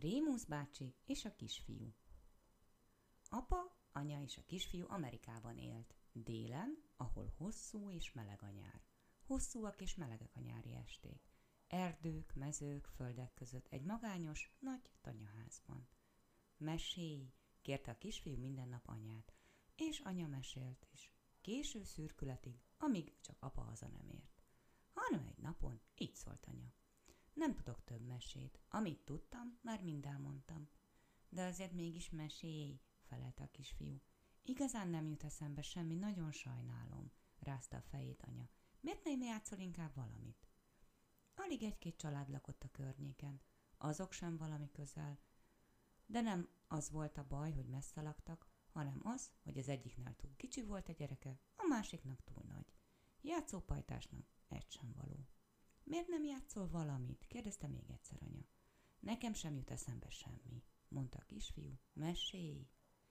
Rémusz bácsi és a kisfiú. Apa, anya és a kisfiú Amerikában élt. Délen, ahol hosszú és meleg a nyár. Hosszúak és melegek a nyári esték. Erdők, mezők, földek között egy magányos, nagy tanyaházban. Mesélj, kérte a kisfiú minden nap anyát, és anya mesélt is. Késő szürkületig, amíg csak apa haza nem ért. Hanem egy napon így szólt anya. Nem tudok több mesét. Amit tudtam, már mind elmondtam. De azért mégis mesélj, felelte a kisfiú. Igazán nem jut eszembe semmi, nagyon sajnálom, rázta a fejét anya. Miért nem játszol inkább valamit? Alig egy-két család lakott a környéken, azok sem valami közel, de nem az volt a baj, hogy messze laktak, hanem az, hogy az egyiknél túl kicsi volt a gyereke, a másiknak túl nagy. Játszópajtásnak egy sem való. Miért nem játszol valamit? Kérdezte még egyszer anya. Nekem sem jut eszembe semmi, mondta a kisfiú. Mesélj!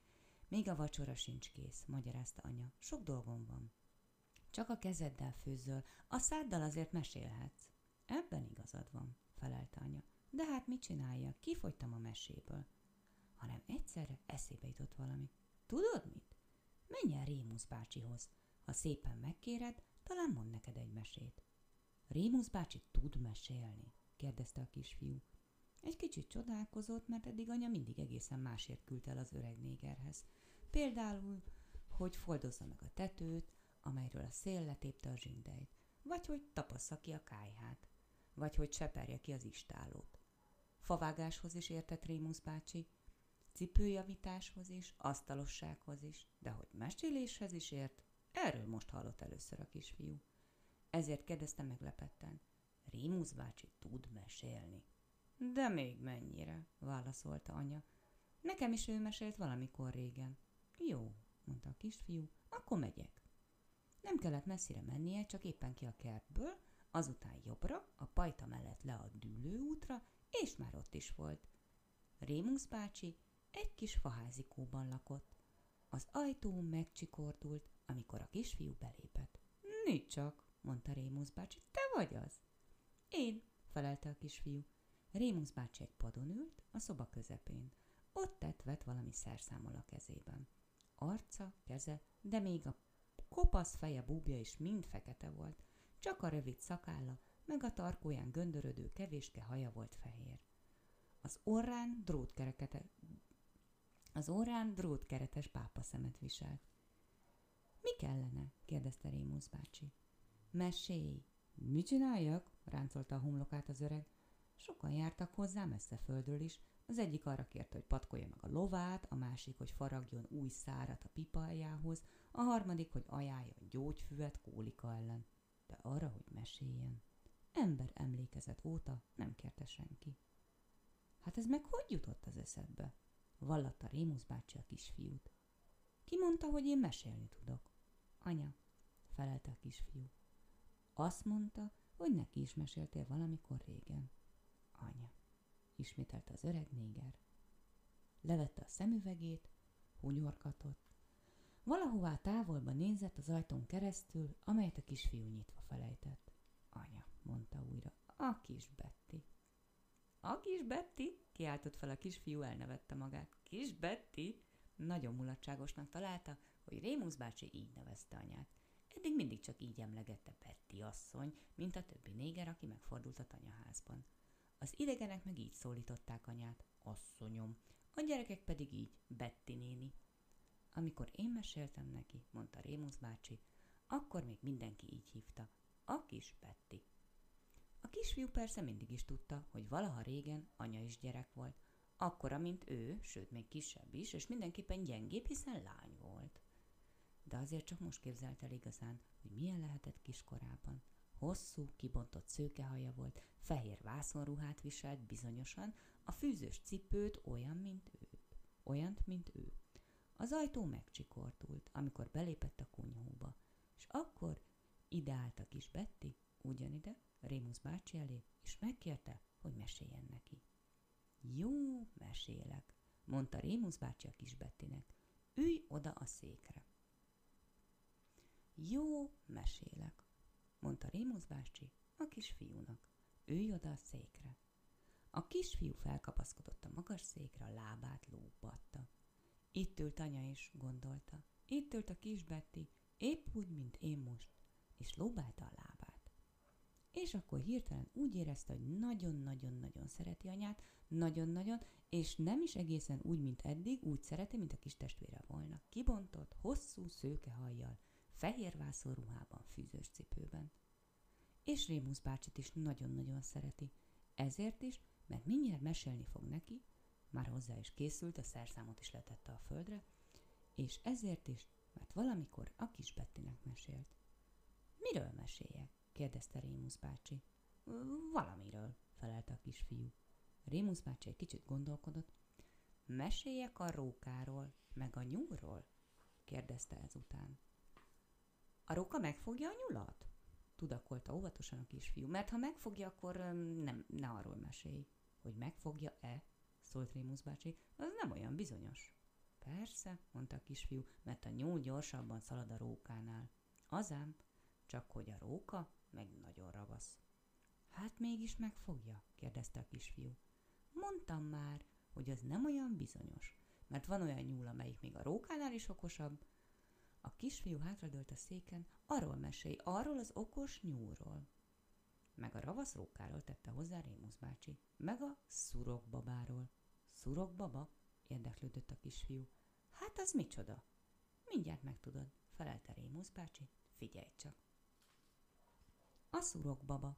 Még a vacsora sincs kész, magyarázta anya. Sok dolgom van. Csak a kezeddel főzöl, a száddal azért mesélhetsz. Ebben igazad van, felelte anya. De hát mit csináljak? Kifogytam a meséből. Hanem egyszerre eszébe jutott valami. Tudod mit? Menj el Rémusz bácsihoz. Ha szépen megkéred, talán mond neked egy mesét. Rémusz bácsi tud mesélni? Kérdezte a kisfiú. Egy kicsit csodálkozott, mert eddig anya mindig egészen másért küldte el az öreg négerhez. Például, hogy foldozza meg a tetőt, amelyről a szél letépte a zsindeit, vagy hogy tapassza ki a kályhát, vagy hogy cseperje ki az istálót. Favágáshoz is értett Rémusz bácsi, cipőjavításhoz is, asztalossághoz is, de hogy meséléshez is ért, erről most hallott először a kisfiú. Ezért kérdezte meglepetten, Rémusz bácsi tud mesélni? De még mennyire, válaszolta anya. Nekem is ő mesélt valamikor régen. Jó, mondta a kisfiú, akkor megyek. Nem kellett messzire mennie, csak éppen ki a kertből, azután jobbra, a pajta mellett le a dűlőútra, és már ott is volt. Rémusz bácsi egy kis faházikóban lakott. Az ajtó megcsikordult, amikor a kisfiú belépett. Nicsak, mondta Rémusz bácsi, te vagy az? Én, felelte a kisfiú. Rémusz bácsi egy padon ült, a szoba közepén. Ott tett valami szerszámol a kezében. Arca, keze, de még a kopasz feje, búbja is mind fekete volt. Csak a rövid szakálla, meg a tarkóján göndörödő kevéske haja volt fehér. Az orrán drótkeretes pápaszemet viselt. Mi kellene? kérdezte Rémusz bácsi. Mesélj! Mit csináljak? Ráncolta a homlokát az öreg. Sokan jártak hozzá messze földről is. Az egyik arra kérte, hogy patkolja meg a lovát, a másik, hogy faragjon új szárat a pipájához, a harmadik, hogy ajánljon gyógyfüvet kólika ellen. De arra, hogy meséljen. Ember emlékezet óta nem kérte senki. Hát ez meg hogy jutott az eszedbe? Vallatta Rémusz bácsi a kisfiút. Ki mondta, hogy én mesélni tudok? Anya, felelte a kisfiú. Azt mondta, hogy neki is meséltél valamikor régen. Anya, ismételte az öreg néger. Levette a szemüvegét, hunyorkatott. Valahová távolba nézett az ajtón keresztül, amelyet a kisfiú nyitva felejtett. Anya, mondta újra, a kis Betty. A kis Betty? Kiáltott fel a kisfiú, elnevette magát. Kis Betty? Nagyon mulatságosnak találta, hogy Rémusz bácsi így nevezte anyát. Eddig mindig csak így emlegette Betty asszony, mint a többi néger, aki megfordult a tanyaházban. Az idegenek meg így szólították anyát, asszonyom, a gyerekek pedig így, Betty néni. Amikor én meséltem neki, mondta Rémusz bácsi, akkor még mindenki így hívta, a kis Betty. A kisfiú persze mindig is tudta, hogy valaha régen anya is gyerek volt, akkora, mint ő, sőt még kisebb is, és mindenképpen gyengébb, hiszen lány volt. De azért csak most képzelt el igazán, hogy milyen lehetett kiskorában. Hosszú, kibontott szőkehaja volt, fehér vászonruhát viselt bizonyosan, a fűzős cipőt olyant, mint ő. Az ajtó megcsikordult, amikor belépett a kunyhóba, és akkor ide állt a kis Betty, ugyanide, Rémusz bácsi elé, és megkérte, hogy meséljen neki. Jó, mesélek, mondta Rémusz bácsi a kis Bettynek. Ülj oda a székre. Jó, mesélek, mondta Rémusz bácsi a kis fiúnak. Ülj oda a székre. A kisfiú felkapaszkodott a magas székre, a lábát lógbatta. Itt ült anya is, gondolta. Itt ült a kis Betty, épp úgy, mint én most, és lóbálta a lábát. És akkor hirtelen úgy érezte, hogy nagyon-nagyon-nagyon szereti anyát, nagyon-nagyon, és nem is egészen úgy, mint eddig, úgy szereti, mint a kis testvére volna. Kibontott, hosszú szőke hajjal, fehér vászonruhában, fűzős cipőben. És Rémusz bácsit is nagyon-nagyon szereti. Ezért is, mert mindjárt mesélni fog neki, már hozzá is készült, a szerszámot is letette a földre, és ezért is, mert valamikor a kis Bettinek mesélt. Miről meséljek? Kérdezte Rémusz bácsi. Valamiről, felelte a kisfiú. Rémusz bácsi egy kicsit gondolkodott. Meséljek a rókáról, meg a nyúlról? Kérdezte ezután. A róka megfogja a nyulat? Tudakolta óvatosan a kisfiú, mert ha megfogja, akkor ne arról mesélj. Hogy megfogja-e? Szólt Rémusz bácsi, az nem olyan bizonyos. Persze, mondta a kisfiú, mert a nyúl gyorsabban szalad a rókánál. Azám, csak hogy a róka meg nagyon ravasz. Hát mégis megfogja? Kérdezte a kisfiú. Mondtam már, hogy az nem olyan bizonyos, mert van olyan nyúl, amelyik még a rókánál is okosabb. A kisfiú hátradőlt a széken, arról mesélj, arról az okos nyúlról. Meg a ravasz rókáról, tette hozzá Rémusz bácsi, meg a szurokbabáról. Szurokbaba? Érdeklődött a kisfiú. Hát az micsoda? Mindjárt megtudod, felelte Rémusz bácsi, figyelj csak. A szurokbaba.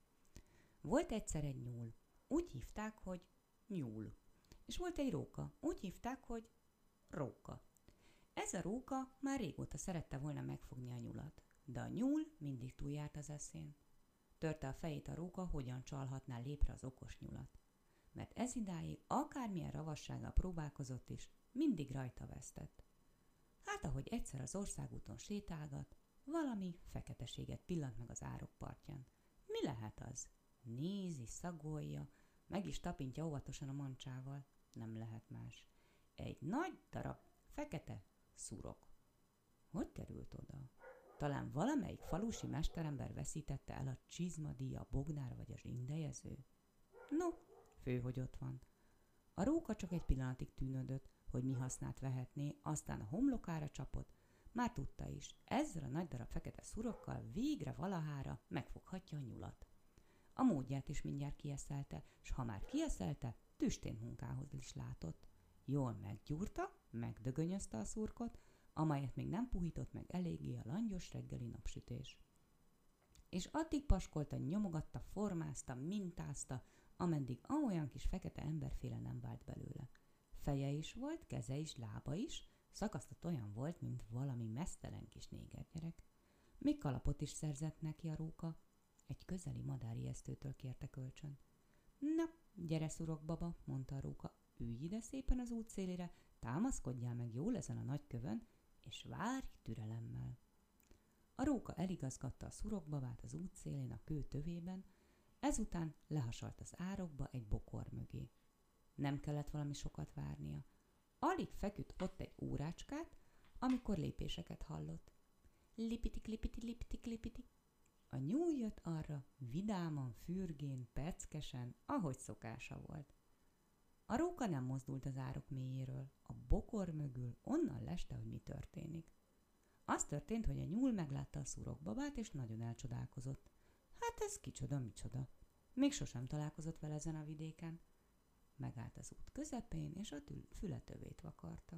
Volt egyszer egy nyúl, úgy hívták, hogy nyúl. És volt egy róka, úgy hívták, hogy róka. Ez a róka már régóta szerette volna megfogni a nyulat, de a nyúl mindig túljárt az eszén. Törte a fejét a róka, hogyan csalhatná lépre az okos nyulat. Mert ez idáig akármilyen ravassággal próbálkozott is, mindig rajta vesztett. Hát ahogy egyszer az országúton sétálgat, valami feketeséget pillant meg az árok partján. Mi lehet az? Nézi, szagolja, meg is tapintja óvatosan a mancsával. Nem lehet más. Egy nagy darab fekete szurok. Hogy került oda? Talán valamelyik falusi mesterember veszítette el a csizmadíj, a bognár vagy a zsindelyező? No, fő, hogy ott van. A róka csak egy pillanatig tűnődött, hogy mi hasznát vehetné, aztán a homlokára csapott. Már tudta is, ezzel a nagy darab fekete szurokkal végre valahára megfoghatja a nyulat. A módját is mindjárt kieszelte, s ha már kieszelte, tüstén munkához is látott. Jól meggyúrta, megdögönyözte a szurkot, amelyet még nem puhított meg eléggé a langyos reggeli napsütés. És addig paskolta, nyomogatta, formázta, mintázta, ameddig olyan kis fekete emberféle nem vált belőle. Feje is volt, keze is, lába is, szakasztott olyan volt, mint valami meztelen kis négergyerek. Még kalapot is szerzett neki a róka, egy közeli madárijesztőtől kérte kölcsön. Na, gyere szurokbaba, mondta a róka, ülj ide szépen az út szélére, támaszkodjál meg jól ezen a nagy kövön, és várj türelemmel. A róka eligazgatta a szurokbabát az út szélén a kő tövében, ezután lehasalt az árokba egy bokor mögé. Nem kellett valami sokat várnia. Alig feküdt ott egy órácskát, amikor lépéseket hallott. Lipitik, lipitik, lipitik, lipitik. A nyúl jött arra, vidáman, fürgén, peckesen, ahogy szokása volt. A róka nem mozdult az árok mélyéről, a bokor mögül onnan leste, hogy mi történik. Az történt, hogy a nyúl meglátta a szurokbabát, és nagyon elcsodálkozott. Hát ez kicsoda, micsoda. Még sosem találkozott vele ezen a vidéken. Megállt az út közepén, és a füle tövét vakarta.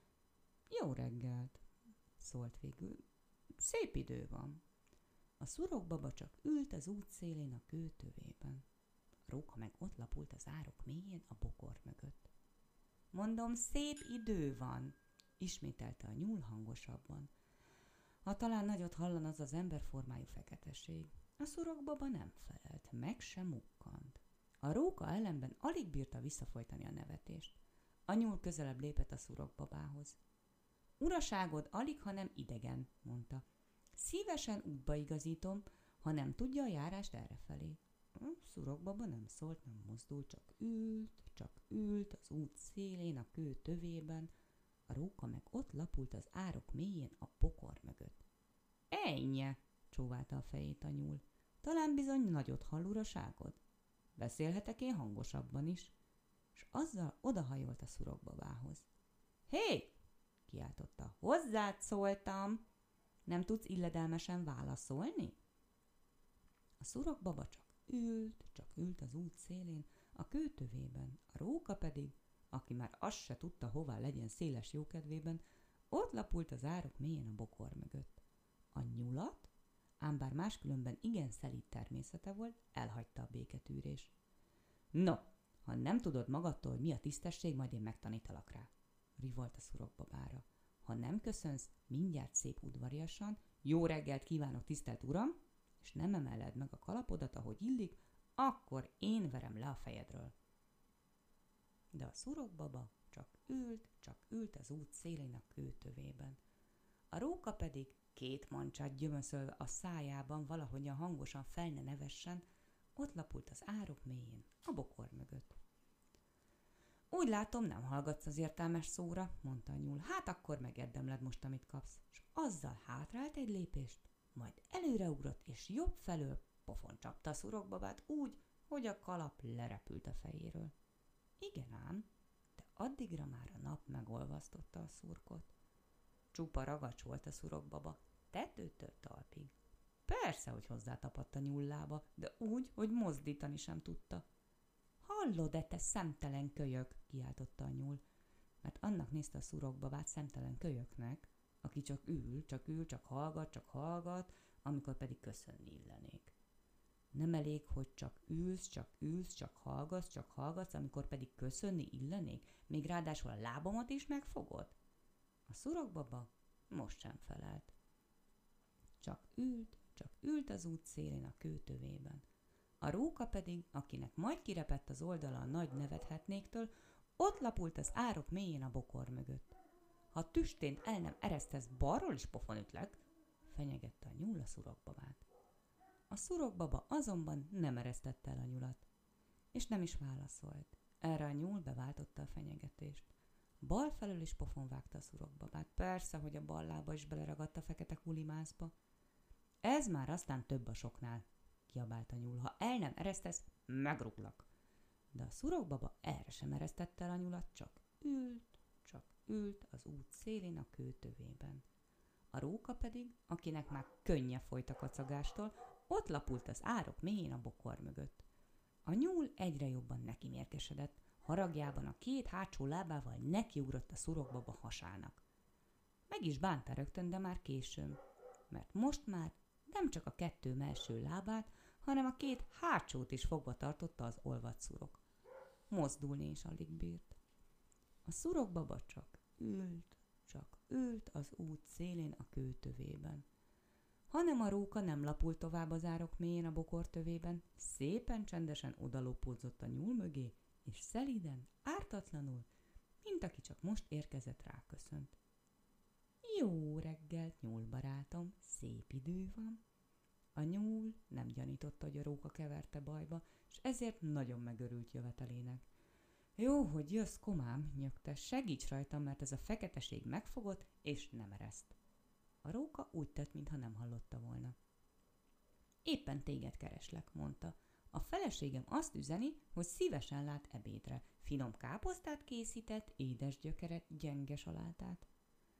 Jó reggelt, szólt végül. Szép idő van. A szurokbaba csak ült az út szélén a kő tövében. A róka meg ott lapult az árok mélyén a bokor mögött. Mondom, szép idő van, ismételte a nyúl hangosabban. Ha talán nagyot hallan az az emberformájú feketeség. A szurokbaba nem felelt, meg sem mukkant. A róka ellenben alig bírta visszafolytani a nevetést. A nyúl közelebb lépett a szurokbabához. Uraságod alig, ha nem idegen, mondta. Szívesen útba igazítom, ha nem tudja a járást errefelé. A szurokbaba nem szólt, nem mozdult, csak ült az út szélén, a kő tövében. A róka meg ott lapult az árok mélyén a bokor mögött. Ejnye, csóválta a fejét a nyúl. Talán bizony nagyot hall, uraságod? beszélhetek én hangosabban is. És azzal odahajolt a szurogbabához. Hé! Kiáltotta. Hozzád szóltam! Nem tudsz illedelmesen válaszolni? A szurogbaba csak ült az út szélén, a kőtövében, a róka pedig, aki már azt se tudta, hová legyen széles jókedvében, ott lapult az árok mélyén a bokor mögött. A nyulat, ám bár máskülönben igen szelíd természete volt, elhagyta a béketűrés. No, ha nem tudod magadtól, hogy mi a tisztesség, majd én megtanítalak rá, rivolt a szurogbabára. Ha nem köszönsz, mindjárt szép udvariasan, jó reggelt kívánok, tisztelt uram, és nem emeled meg a kalapodat, ahogy illik, akkor én verem le a fejedről. De a szurogbaba csak ült az út szélén a kőtövében. A róka pedig két mancsát gyömöszölve a szájában valahogyan hangosan fel ne nevessen, ott lapult az árok mélyén, a bokor mögött. Úgy látom, nem hallgatsz az értelmes szóra, mondta a nyúl. Hát akkor megérdemled most, amit kapsz. És azzal hátrált egy lépést, majd előreugrott, és jobb felől pofon csapta a szurogbabát úgy, hogy a kalap lerepült a fejéről. Igen ám, de addigra már a nap megolvasztotta a szurkot. Csupa ragacs volt a szurogbaba, tetőtől talpig. Persze, hogy hozzátapadt a nyullába, de úgy, hogy mozdítani sem tudta. Hallod-e, te szemtelen kölyök? Kiáltotta a nyúl, mert annak nézte a szurogbabát szemtelen kölyöknek, aki csak ül, csak hallgat, amikor pedig köszönni illenék. Nem elég, hogy csak ülsz, csak hallgatsz, amikor pedig köszönni illenék, még ráadásul a lábamat is megfogod? A szurogbaba most sem felelt. Csak ült az út szélén a kőtövében. A róka pedig, akinek majd kirepett az oldala a nagy nevethetnéktől, ott lapult az árok mélyén a bokor mögött. Ha tüstént el nem eresztesz, balról is pofon ütlek, fenyegette a nyúl a szurogbabát. A szurogbaba azonban nem eresztette el a nyulat, és nem is válaszolt. Erre a nyúl beváltotta a fenyegetést. Bal felől is pofon vágta a szurogbabát, persze, hogy a bal lába is beleragadt a fekete kulimászba. Ez már aztán több a soknál, kiabált a nyúl. Ha el nem eresztesz, megruglak. De a szurogbaba erre sem eresztette el a nyulat, csak ült az út szélén a kőtövében. A róka pedig, akinek már könnye folyt a kacagástól, ott lapult az árok mélyén a bokor mögött. A nyúl egyre jobban nekimérgesedett, haragjában a két hátsó lábával nekiugrott a szurogbaba hasának. Meg is bánta rögtön, de már későn, mert most már nem csak a kettő mellső lábát, hanem a két hátsót is fogva tartotta az olvadt szurok. Mozdulni is alig bírt. A szurogbaba csak ült az út szélén a kőtövében. Hanem a róka nem lapult tovább az árok mélyén a bokor tövében, szépen csendesen odalopódzott a nyúl mögé, és szelíden, ártatlanul, mint aki csak most érkezett, ráköszönt. Jó reggelt, nyúlbarátom, szép idő van. A nyúl nem gyanította, hogy a róka keverte bajba, és ezért nagyon megörült jövetelének. Jó, hogy jössz, komám, nyögte, segíts rajtam, mert ez a feketeség megfogott, és nem ereszt. A róka úgy tett, mintha nem hallotta volna. Éppen téged kereslek, mondta. A feleségem azt üzeni, hogy szívesen lát ebédre. Finom káposztát készített, édes gyökeret, gyenge salátát.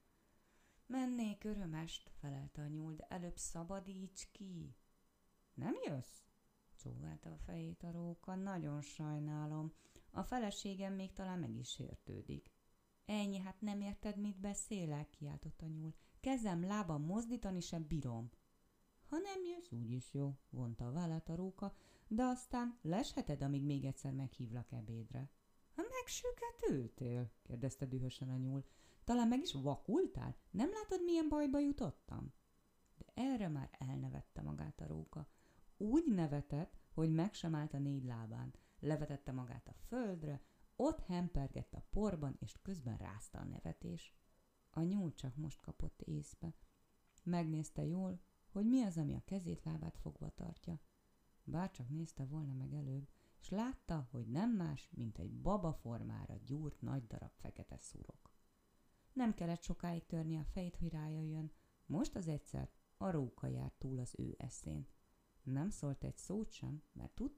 Mennék örömest, felelte a nyúl, de előbb szabadíts ki. Nem jössz? Csóválta a fejét a róka, nagyon sajnálom. A feleségem még talán meg is sértődik. Ennyi, hát nem érted, mit beszélek, kiáltott a nyúl. Kezem, lábam mozdítani sem bírom. Ha nem jössz, úgyis jó, vonta a vállát a róka, de aztán lesheted, amíg még egyszer meghívlak ebédre. Ha megsüketültél? Kérdezte dühösen a nyúl. Talán meg is vakultál? Nem látod, milyen bajba jutottam? De erre már elnevette magát a róka. Úgy nevetett, hogy meg sem állt a négy lábán. Levetette magát a földre, ott hempergett a porban, és közben rázta a nevetés. A nyúl csak most kapott észbe. Megnézte jól, hogy mi az, ami a kezét, lábát fogva tartja. Bárcsak nézte volna meg előbb, és látta, hogy nem más, mint egy baba formára gyúrt nagy darab fekete szurok. Nem kellett sokáig törni a fejét, hogy rájöjjön. Most az egyszer a róka járt túl az ő eszén. Nem szólt egy szót sem, mert tudta,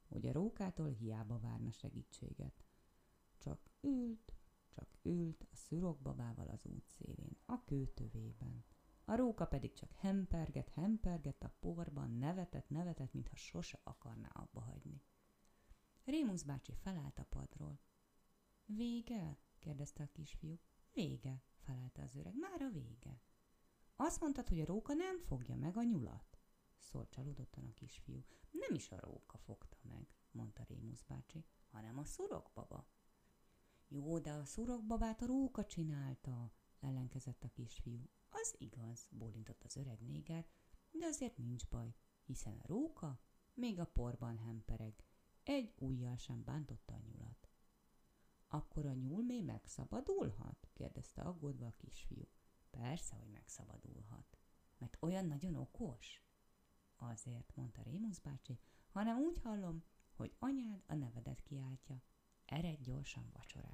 hogy a rókától hiába várna segítséget. Csak ült a szuragbabával az út szélén, a kőtövében. A róka pedig csak hempergett a porban, nevetett, mintha sose akarná abba hagyni. Rémusz bácsi felállt a padról. Vége? kérdezte a kisfiú. Vége, felelte az öreg. Már a vége. Azt mondtad, hogy a róka nem fogja meg a nyulat? Szólt csalódottan a kisfiú. Nem is a róka fogta meg, mondta Rémusz bácsi, hanem a szurogbaba. Jó, de a szurogbabát a róka csinálta, ellenkezett a kisfiú. Az igaz, bólintott az öreg néger, de azért nincs baj, hiszen a róka még a porban hempereg. Egy ujjal sem bántotta a nyulat. Akkor a nyúl még megszabadulhat? kérdezte aggódva a kisfiú. Persze, hogy megszabadulhat. Mert olyan nagyon okos? Azért, mondta Rémusz bácsi, hanem úgy hallom, hogy anyád a nevedet kiáltja. Eredj gyorsan vacsorára.